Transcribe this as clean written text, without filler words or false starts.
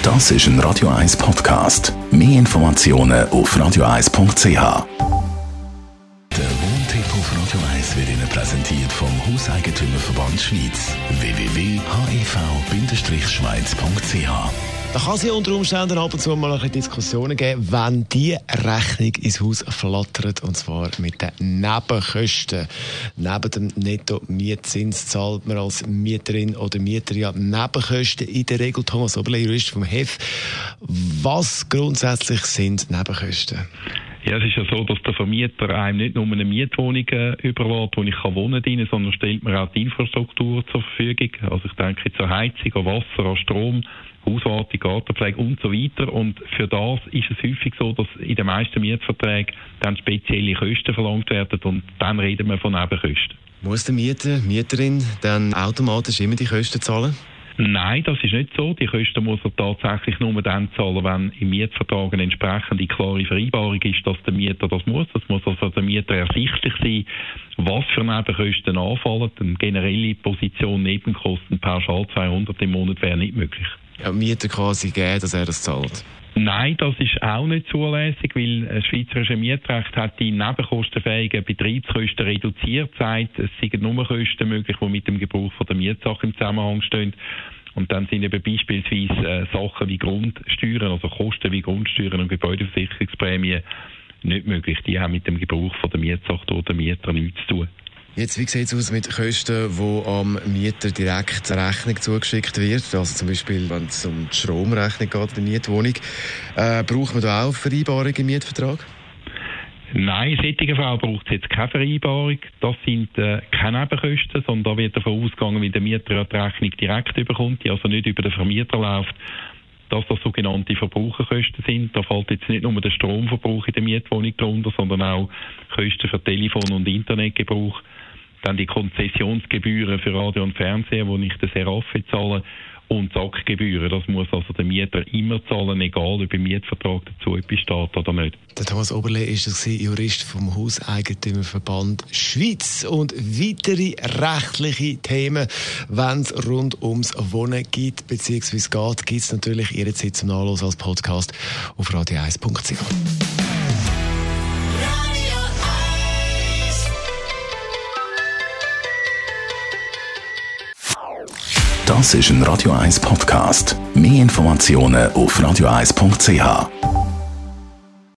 Das ist ein Radio 1 Podcast. Mehr Informationen auf radio1.ch. Der Wohntipp auf Radio 1 wird Ihnen präsentiert vom Hauseigentümerverband Schweiz. www.hev-schweiz.ch. Da kann es ja unter Umständen ab und zu mal ein bisschen Diskussionen geben, wenn die Rechnung ins Haus flattert, und zwar mit den Nebenkosten. Neben dem Netto-Mietzins zahlt man als Mieterin oder Mieter ja Nebenkosten in der Regel. Thomas Oberle, Jurist vom HEV. Was grundsätzlich sind Nebenkosten? Ja, es ist ja so, dass der Vermieter einem nicht nur eine Mietwohnung überlässt, wo ich wohnen kann, sondern stellt mir auch die Infrastruktur zur Verfügung. Also ich denke jetzt an Heizung, an Wasser, an Strom, Hauswartung, Gartenpflege und so weiter. Und für das ist es häufig so, dass in den meisten Mietverträgen dann spezielle Kosten verlangt werden und dann reden wir von Nebenkosten. Muss der Mieter, Mieterin dann automatisch immer die Kosten zahlen? Nein, das ist nicht so. Die Kosten muss er tatsächlich nur dann zahlen, wenn im Mietvertrag eine entsprechende klare Vereinbarung ist, dass der Mieter das muss. Es muss also der Mieter ersichtlich sein, was für Nebenkosten anfallen. Eine generelle Position Nebenkosten pauschal 200 im Monat wäre nicht möglich. Ja, Mieter quasi geben, dass er das zahlt? Nein, das ist auch nicht zulässig, weil das schweizerische Mietrecht hat die nebenkostenfähigen Betriebskosten reduziert, sagt, es seien nur Kosten möglich, die mit dem Gebrauch von der Mietsache im Zusammenhang stehen. Und dann sind eben beispielsweise Sachen wie Grundsteuern, also Kosten wie Grundsteuern und Gebäudeversicherungsprämien nicht möglich. Die haben mit dem Gebrauch von der Mietsache durch den Mieter nichts zu tun. Jetzt, wie sieht es aus mit Kosten, die am Mieter direkt eine Rechnung zugeschickt wird? Also zum Beispiel, wenn es um die Stromrechnung geht, der Mietwohnung. Braucht man da auch Vereinbarungen im Mietvertrag? Nein, in solchen Fällen braucht es jetzt keine Vereinbarung. Das sind keine Nebenkosten, sondern da wird davon ausgegangen, wie der Mieter die Rechnung direkt bekommt, die also nicht über den Vermieter läuft, dass das sogenannte Verbraucherkosten sind. Da fällt jetzt nicht nur der Stromverbrauch in der Mietwohnung darunter, sondern auch Kosten für Telefon- und Internetgebrauch. Dann die Konzessionsgebühren für Radio und Fernsehen, die nicht der Serafe zahlen, und SAK-Gebühren. Das muss also der Mieter immer zahlen, egal ob im Mietvertrag dazu etwas steht oder nicht. Der Thomas Oberle ist Jurist vom Hauseigentümerverband Schweiz. Und weitere rechtliche Themen, wenn es rund ums Wohnen geht, beziehungsweise geht, gibt es natürlich jederzeit zum Nachlesen als Podcast auf radio1.ch. Das ist ein Radio 1 Podcast. Mehr Informationen auf radio1.ch.